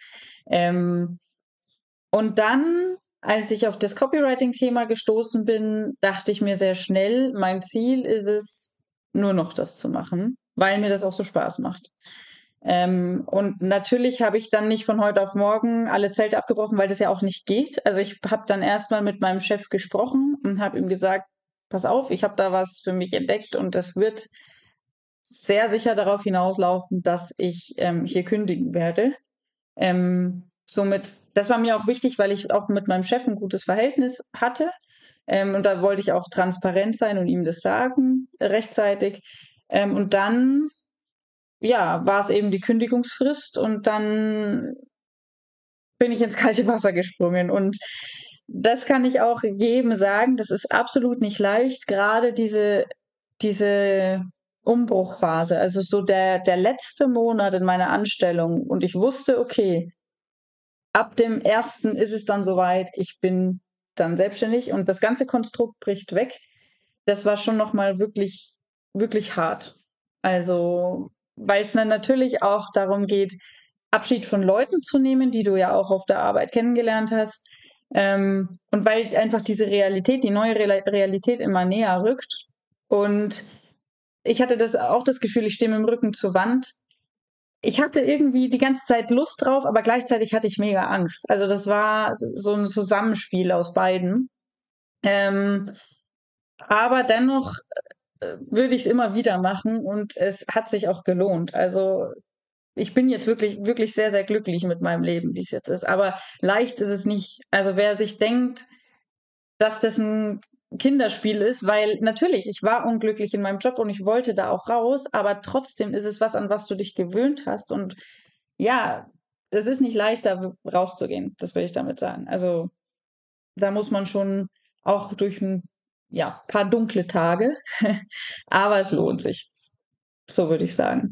[SPEAKER 3] Und dann, als ich auf das Copywriting-Thema gestoßen bin, dachte ich mir sehr schnell, mein Ziel ist es, nur noch das zu machen, weil mir das auch so Spaß macht. Und natürlich habe ich dann nicht von heute auf morgen alle Zelte abgebrochen, weil das ja auch nicht geht. Also ich habe dann erstmal mit meinem Chef gesprochen und habe ihm gesagt, pass auf, ich habe da was für mich entdeckt und das wird sehr sicher darauf hinauslaufen, dass ich hier kündigen werde. Somit, das war mir auch wichtig, weil ich auch mit meinem Chef ein gutes Verhältnis hatte. Und da wollte ich auch transparent sein und ihm das sagen, rechtzeitig. Und dann, ja, war es eben die Kündigungsfrist und dann bin ich ins kalte Wasser gesprungen. Und das kann ich auch jedem sagen, das ist absolut nicht leicht, gerade diese Umbruchphase, also so der letzte Monat in meiner Anstellung. Und ich wusste, okay, ab dem 1. ist es dann soweit, ich bin dann selbstständig und das ganze Konstrukt bricht weg. Das war schon nochmal wirklich, wirklich hart. Also, weil es dann natürlich auch darum geht, Abschied von Leuten zu nehmen, die du ja auch auf der Arbeit kennengelernt hast. Und weil einfach diese Realität, die neue Realität immer näher rückt. Und ich hatte auch das Gefühl, ich stehe mit dem Rücken zur Wand. Ich hatte irgendwie die ganze Zeit Lust drauf, aber gleichzeitig hatte ich mega Angst. Also das war so ein Zusammenspiel aus beiden. Aber dennoch würde ich es immer wieder machen und es hat sich auch gelohnt. Also ich bin jetzt wirklich, wirklich sehr, sehr glücklich mit meinem Leben, wie es jetzt ist. Aber leicht ist es nicht. Also wer sich denkt, dass das ein Kinderspiel ist, weil natürlich, ich war unglücklich in meinem Job und ich wollte da auch raus, aber trotzdem ist es was, an was du dich gewöhnt hast. Und ja, es ist nicht leicht, da rauszugehen, das will ich damit sagen. Also da muss man schon auch durch ein paar dunkle Tage, aber es lohnt sich. So würde ich sagen.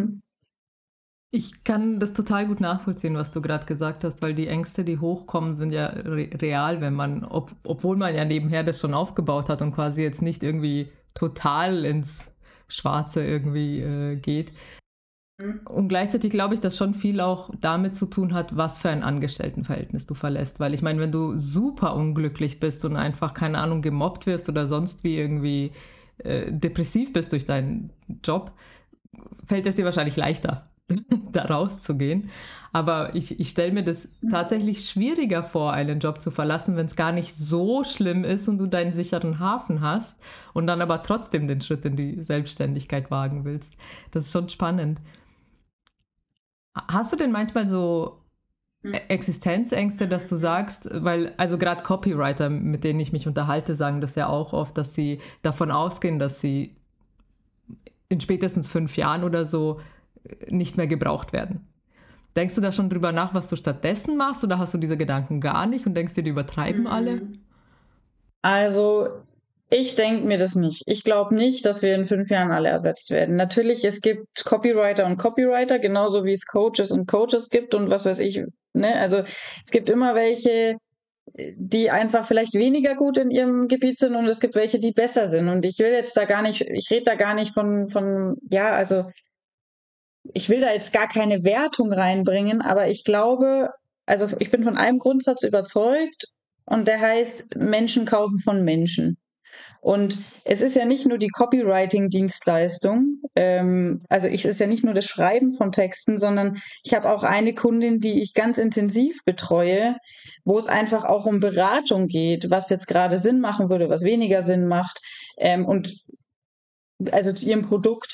[SPEAKER 2] Ich kann das total gut nachvollziehen, was du gerade gesagt hast, weil die Ängste, die hochkommen, sind ja real, wenn man, obwohl man ja nebenher das schon aufgebaut hat und quasi jetzt nicht irgendwie total ins Schwarze irgendwie geht. Und gleichzeitig glaube ich, dass schon viel auch damit zu tun hat, was für ein Angestelltenverhältnis du verlässt. Weil ich meine, wenn du super unglücklich bist und einfach, keine Ahnung, gemobbt wirst oder sonst wie irgendwie depressiv bist durch deinen Job, fällt es dir wahrscheinlich leichter, da rauszugehen. Aber ich stelle mir das tatsächlich schwieriger vor, einen Job zu verlassen, wenn es gar nicht so schlimm ist und du deinen sicheren Hafen hast und dann aber trotzdem den Schritt in die Selbstständigkeit wagen willst. Das ist schon spannend. Hast du denn manchmal so Existenzängste, dass du sagst, weil, also gerade Copywriter, mit denen ich mich unterhalte, sagen das ja auch oft, dass sie davon ausgehen, dass sie in spätestens 5 Jahren oder so nicht mehr gebraucht werden. Denkst du da schon drüber nach, was du stattdessen machst, oder hast du diese Gedanken gar nicht und denkst dir, die übertreiben alle?
[SPEAKER 3] Also, ich denke mir das nicht. Ich glaube nicht, dass wir in 5 Jahren alle ersetzt werden. Natürlich, es gibt Copywriter und Copywriter, genauso wie es Coaches und Coaches gibt und was weiß ich. Ne? Also es gibt immer welche, die einfach vielleicht weniger gut in ihrem Gebiet sind, und es gibt welche, die besser sind. Und ich will jetzt da gar nicht, ich rede da gar nicht also ich will da jetzt gar keine Wertung reinbringen, aber ich glaube, also ich bin von einem Grundsatz überzeugt, und der heißt, Menschen kaufen von Menschen. Und es ist ja nicht nur die Copywriting-Dienstleistung, es ist ja nicht nur das Schreiben von Texten, sondern ich habe auch eine Kundin, die ich ganz intensiv betreue, wo es einfach auch um Beratung geht, was jetzt gerade Sinn machen würde, was weniger Sinn macht, und also zu ihrem Produkt.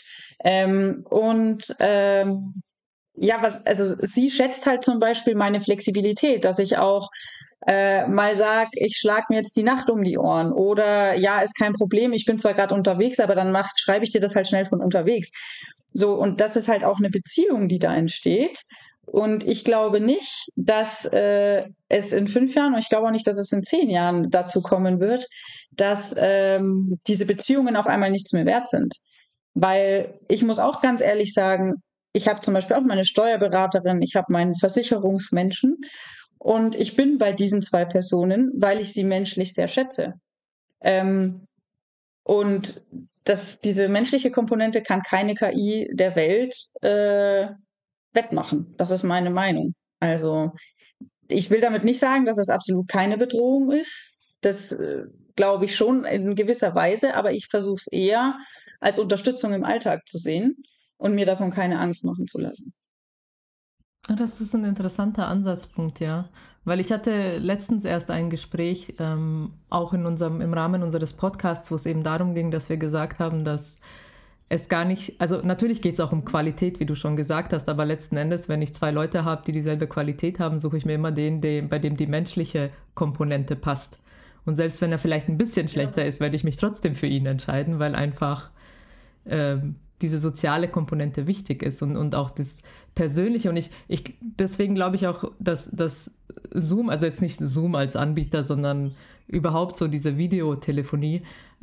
[SPEAKER 3] Sie schätzt halt zum Beispiel meine Flexibilität, dass ich auch mal sag, ich schlag mir jetzt die Nacht um die Ohren, oder ja, ist kein Problem, ich bin zwar gerade unterwegs, aber dann schreibe ich dir das halt schnell von unterwegs. So, und das ist halt auch eine Beziehung, die da entsteht. Und ich glaube nicht, dass es in 5 Jahren, und ich glaube auch nicht, dass es in 10 Jahren dazu kommen wird, dass diese Beziehungen auf einmal nichts mehr wert sind. Weil ich muss auch ganz ehrlich sagen, ich habe zum Beispiel auch meine Steuerberaterin, ich habe meinen Versicherungsmenschen, und ich bin bei diesen 2 Personen, weil ich sie menschlich sehr schätze. Und diese menschliche Komponente kann keine KI der Welt wettmachen. Das ist meine Meinung. Also ich will damit nicht sagen, dass es absolut keine Bedrohung ist. Das glaube ich schon in gewisser Weise, aber ich versuche es eher als Unterstützung im Alltag zu sehen und mir davon keine Angst machen zu lassen.
[SPEAKER 2] Das ist ein interessanter Ansatzpunkt, ja. Weil ich hatte letztens erst ein Gespräch, auch im Rahmen unseres Podcasts, wo es eben darum ging, dass wir gesagt haben, dass es gar nicht, also natürlich geht es auch um Qualität, wie du schon gesagt hast, aber letzten Endes, wenn ich 2 Leute habe, die dieselbe Qualität haben, suche ich mir immer bei dem die menschliche Komponente passt. Und selbst wenn er vielleicht ein bisschen schlechter ist, werde ich mich trotzdem für ihn entscheiden, weil einfach diese soziale Komponente wichtig ist und auch das Persönliche. Und deswegen glaube ich auch, dass Zoom, also jetzt nicht Zoom als Anbieter, sondern überhaupt so diese Videotelefonie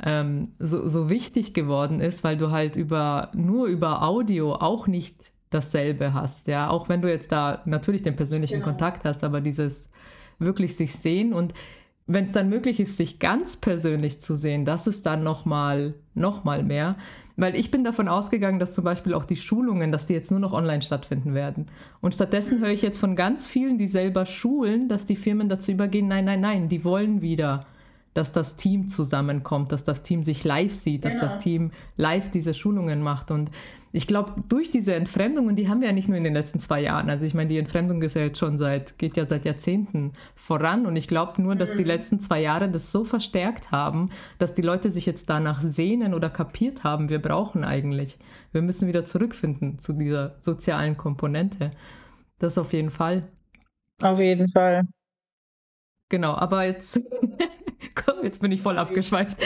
[SPEAKER 2] so wichtig geworden ist, weil du halt nur über Audio auch nicht dasselbe hast. Ja, auch wenn du jetzt da natürlich den persönlichen Kontakt hast, aber dieses wirklich sich sehen, und wenn es dann möglich ist, sich ganz persönlich zu sehen, das ist dann noch mal mehr. Weil ich bin davon ausgegangen, dass zum Beispiel auch die Schulungen, dass die jetzt nur noch online stattfinden werden. Und stattdessen höre ich jetzt von ganz vielen, die selber schulen, dass die Firmen dazu übergehen, nein, die wollen wieder, dass das Team zusammenkommt, dass das Team sich live sieht, dass das Team live diese Schulungen macht. Und ich glaube, durch diese Entfremdungen, die haben wir ja nicht nur in den letzten 2 Jahren. Also ich meine, die Entfremdung ist ja jetzt geht ja seit Jahrzehnten voran. Und ich glaube nur, dass die letzten 2 Jahre das so verstärkt haben, dass die Leute sich jetzt danach sehnen oder kapiert haben, wir müssen wieder zurückfinden zu dieser sozialen Komponente. Das auf jeden Fall.
[SPEAKER 3] Auf jeden Fall.
[SPEAKER 2] Genau, aber jetzt bin ich voll abgeschweift.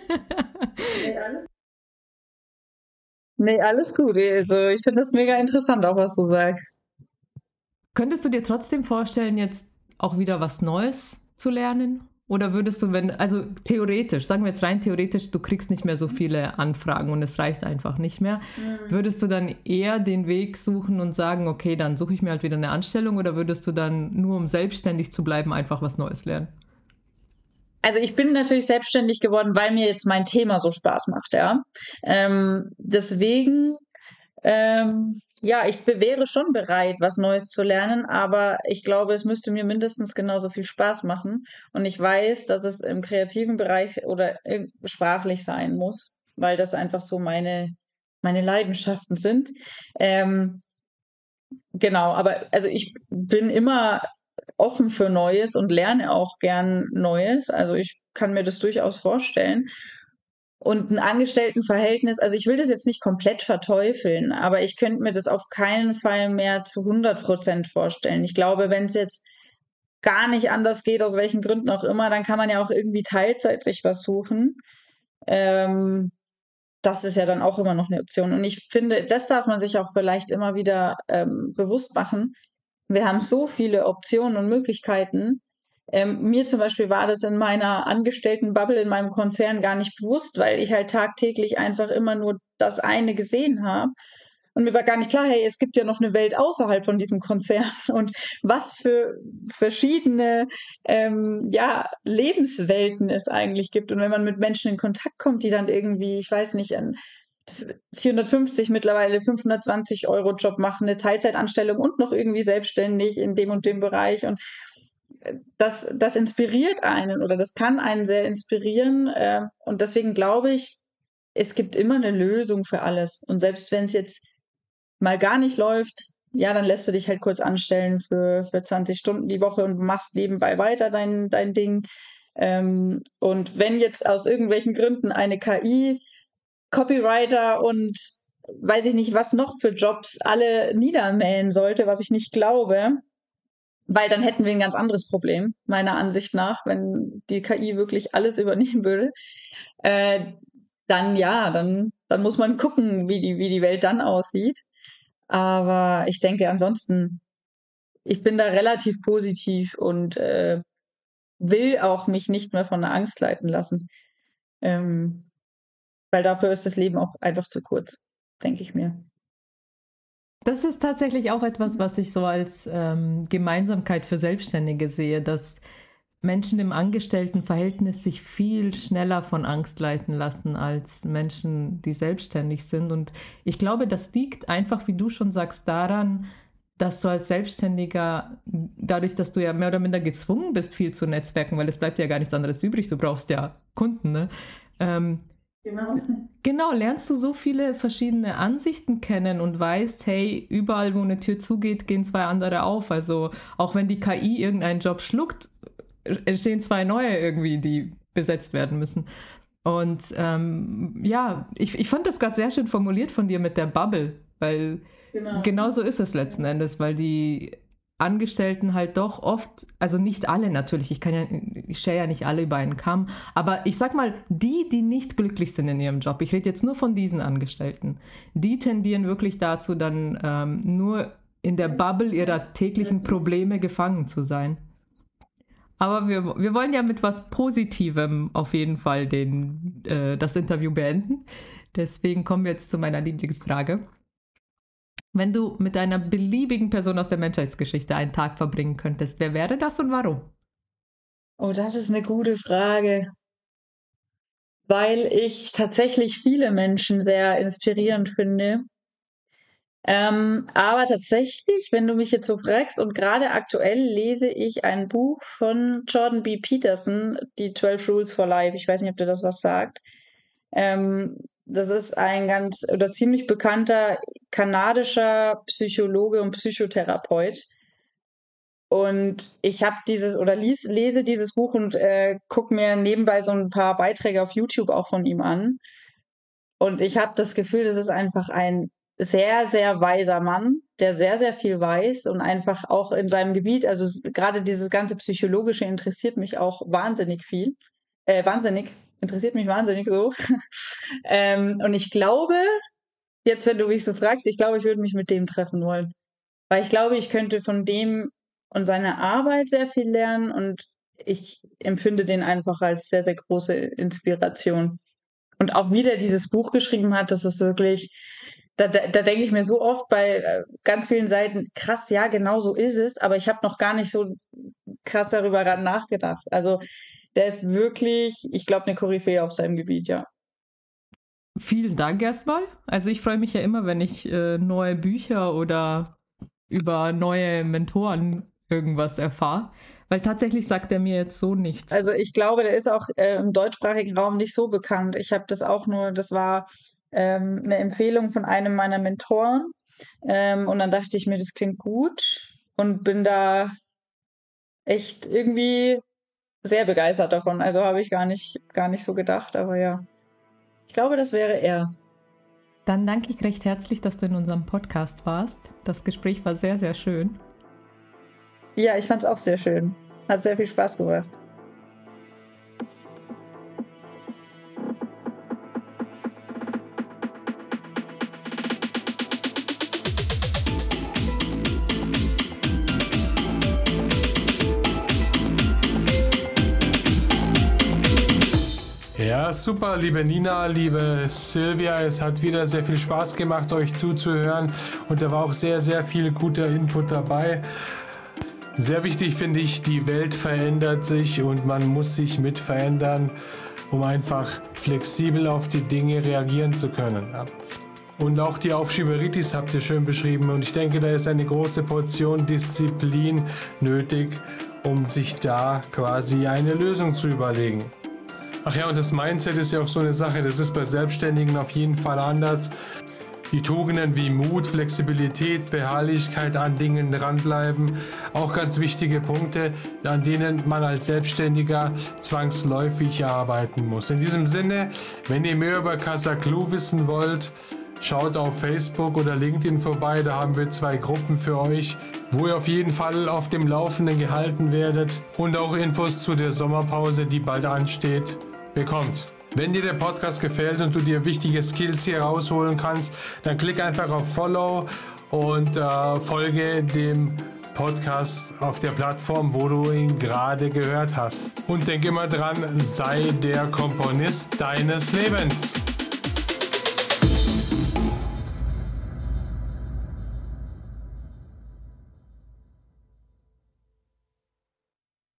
[SPEAKER 3] Nee, alles gut. Also ich finde das mega interessant, auch was du sagst.
[SPEAKER 2] Könntest du dir trotzdem vorstellen, jetzt auch wieder was Neues zu lernen? Oder würdest du, also theoretisch, sagen wir jetzt rein theoretisch, du kriegst nicht mehr so viele Anfragen und es reicht einfach nicht mehr, würdest du dann eher den Weg suchen und sagen, okay, dann suche ich mir halt wieder eine Anstellung, oder würdest du dann nur, um selbstständig zu bleiben, einfach was Neues lernen?
[SPEAKER 3] Also ich bin natürlich selbstständig geworden, weil mir jetzt mein Thema so Spaß macht, ja. Deswegen, ja, wäre schon bereit, was Neues zu lernen, aber ich glaube, es müsste mir mindestens genauso viel Spaß machen. Und ich weiß, dass es im kreativen Bereich oder sprachlich sein muss, weil das einfach so meine Leidenschaften sind. Genau, aber also ich bin immer offen für Neues und lerne auch gern Neues. Also ich kann mir das durchaus vorstellen. Und ein Angestelltenverhältnis, also ich will das jetzt nicht komplett verteufeln, aber ich könnte mir das auf keinen Fall mehr zu 100% vorstellen. Ich glaube, wenn es jetzt gar nicht anders geht, aus welchen Gründen auch immer, dann kann man ja auch irgendwie Teilzeit sich was suchen. Das ist ja dann auch immer noch eine Option. Und ich finde, das darf man sich auch vielleicht immer wieder bewusst machen. Wir haben so viele Optionen und Möglichkeiten. Mir zum Beispiel war das in meiner Angestelltenbubble in meinem Konzern gar nicht bewusst, weil ich halt tagtäglich einfach immer nur das eine gesehen habe. Und mir war gar nicht klar, hey, es gibt ja noch eine Welt außerhalb von diesem Konzern und was für verschiedene Lebenswelten es eigentlich gibt. Und wenn man mit Menschen in Kontakt kommt, die dann irgendwie, ich weiß nicht, 450, mittlerweile 520 € Job machen, eine Teilzeitanstellung und noch irgendwie selbstständig in dem und dem Bereich. Und das inspiriert einen oder das kann einen sehr inspirieren. Und deswegen glaube ich, es gibt immer eine Lösung für alles. Und selbst wenn es jetzt mal gar nicht läuft, ja, dann lässt du dich halt kurz anstellen für 20 Stunden die Woche und machst nebenbei weiter dein Ding. Und wenn jetzt aus irgendwelchen Gründen eine KI Copywriter und weiß ich nicht, was noch für Jobs alle niedermähen sollte, was ich nicht glaube, weil dann hätten wir ein ganz anderes Problem, meiner Ansicht nach, wenn die KI wirklich alles übernehmen würde. Dann muss man gucken, wie die Welt dann aussieht. Aber ich denke ansonsten, ich bin da relativ positiv und will auch mich nicht mehr von der Angst leiten lassen. Weil dafür ist das Leben auch einfach zu kurz, denke ich mir.
[SPEAKER 2] Das ist tatsächlich auch etwas, was ich so als Gemeinsamkeit für Selbstständige sehe, dass Menschen im Angestelltenverhältnis sich viel schneller von Angst leiten lassen als Menschen, die selbstständig sind. Und ich glaube, das liegt einfach, wie du schon sagst, daran, dass du als Selbstständiger, dadurch, dass du ja mehr oder minder gezwungen bist, viel zu netzwerken, weil es bleibt ja gar nichts anderes übrig, du brauchst ja Kunden, ne? Genau, lernst du so viele verschiedene Ansichten kennen und weißt, hey, überall, wo eine Tür zugeht, gehen zwei andere auf. Also auch wenn die KI irgendeinen Job schluckt, entstehen zwei neue irgendwie, die besetzt werden müssen. Und ich fand das gerade sehr schön formuliert von dir mit der Bubble, weil genau so ist es letzten Endes, weil die Angestellten halt doch oft, also nicht alle natürlich, ich schere ja nicht alle über einen Kamm, aber ich sag mal, die nicht glücklich sind in ihrem Job, ich rede jetzt nur von diesen Angestellten, die tendieren wirklich dazu, dann nur in der Bubble ihrer täglichen Probleme gefangen zu sein. Aber wir wollen ja mit was Positivem auf jeden Fall das Interview beenden. Deswegen kommen wir jetzt zu meiner Lieblingsfrage. Wenn du mit einer beliebigen Person aus der Menschheitsgeschichte einen Tag verbringen könntest, wer wäre das und warum?
[SPEAKER 3] Oh, das ist eine gute Frage, weil ich tatsächlich viele Menschen sehr inspirierend finde. Aber tatsächlich, wenn du mich jetzt so fragst, und gerade aktuell lese ich ein Buch von Jordan B. Peterson, die 12 Rules for Life. Ich weiß nicht, ob dir das was sagt. Das ist ein ganz oder ziemlich bekannter kanadischer Psychologe und Psychotherapeut. Und ich habe lese dieses Buch und gucke mir nebenbei so ein paar Beiträge auf YouTube auch von ihm an. Und ich habe das Gefühl, das ist einfach ein sehr, sehr weiser Mann, der sehr, sehr viel weiß und einfach auch in seinem Gebiet, also gerade dieses ganze Psychologische interessiert mich auch wahnsinnig viel. Interessiert mich wahnsinnig so. Und ich glaube, jetzt, wenn du mich so fragst, ich glaube, ich würde mich mit dem treffen wollen. Weil ich glaube, ich könnte von dem und seiner Arbeit sehr viel lernen und ich empfinde den einfach als sehr, sehr große Inspiration. Und auch wie der dieses Buch geschrieben hat, das ist wirklich, da denke ich mir so oft bei ganz vielen Seiten, krass, ja, genau so ist es, aber ich habe noch gar nicht so krass darüber nachgedacht. Also der ist wirklich, ich glaube, eine Koryphäe auf seinem Gebiet, ja.
[SPEAKER 2] Vielen Dank erstmal. Also ich freue mich ja immer, wenn ich neue Bücher oder über neue Mentoren irgendwas erfahre, weil tatsächlich sagt er mir jetzt so nichts.
[SPEAKER 3] Also ich glaube, der ist auch im deutschsprachigen Raum nicht so bekannt. Ich habe das auch nur, das war eine Empfehlung von einem meiner Mentoren. Und dann dachte ich mir, das klingt gut und bin da echt irgendwie sehr begeistert davon. Also habe ich gar nicht so gedacht, aber ja. Ich glaube, das wäre er.
[SPEAKER 2] Dann danke ich recht herzlich, dass du in unserem Podcast warst. Das Gespräch war sehr, sehr schön.
[SPEAKER 3] Ja, ich fand es auch sehr schön. Hat sehr viel Spaß gemacht.
[SPEAKER 1] Ja, super, liebe Nina, liebe Silvia, es hat wieder sehr viel Spaß gemacht, euch zuzuhören und da war auch sehr, sehr viel guter Input dabei. Sehr wichtig finde ich, die Welt verändert sich und man muss sich mit verändern, um einfach flexibel auf die Dinge reagieren zu können. Und auch die Aufschieberitis habt ihr schön beschrieben und ich denke, da ist eine große Portion Disziplin nötig, um sich da quasi eine Lösung zu überlegen. Ach ja, und das Mindset ist ja auch so eine Sache, das ist bei Selbstständigen auf jeden Fall anders. Die Tugenden wie Mut, Flexibilität, Beharrlichkeit, an Dingen dranbleiben, auch ganz wichtige Punkte, an denen man als Selbstständiger zwangsläufig arbeiten muss. In diesem Sinne, wenn ihr mehr über Casa Clue wissen wollt, schaut auf Facebook oder LinkedIn vorbei, da haben wir 2 Gruppen für euch, wo ihr auf jeden Fall auf dem Laufenden gehalten werdet und auch Infos zu der Sommerpause, die bald ansteht, bekommt. Wenn dir der Podcast gefällt und du dir wichtige Skills hier rausholen kannst, dann klick einfach auf Follow und folge dem Podcast auf der Plattform, wo du ihn gerade gehört hast. Und denk immer dran, sei der Komponist deines Lebens.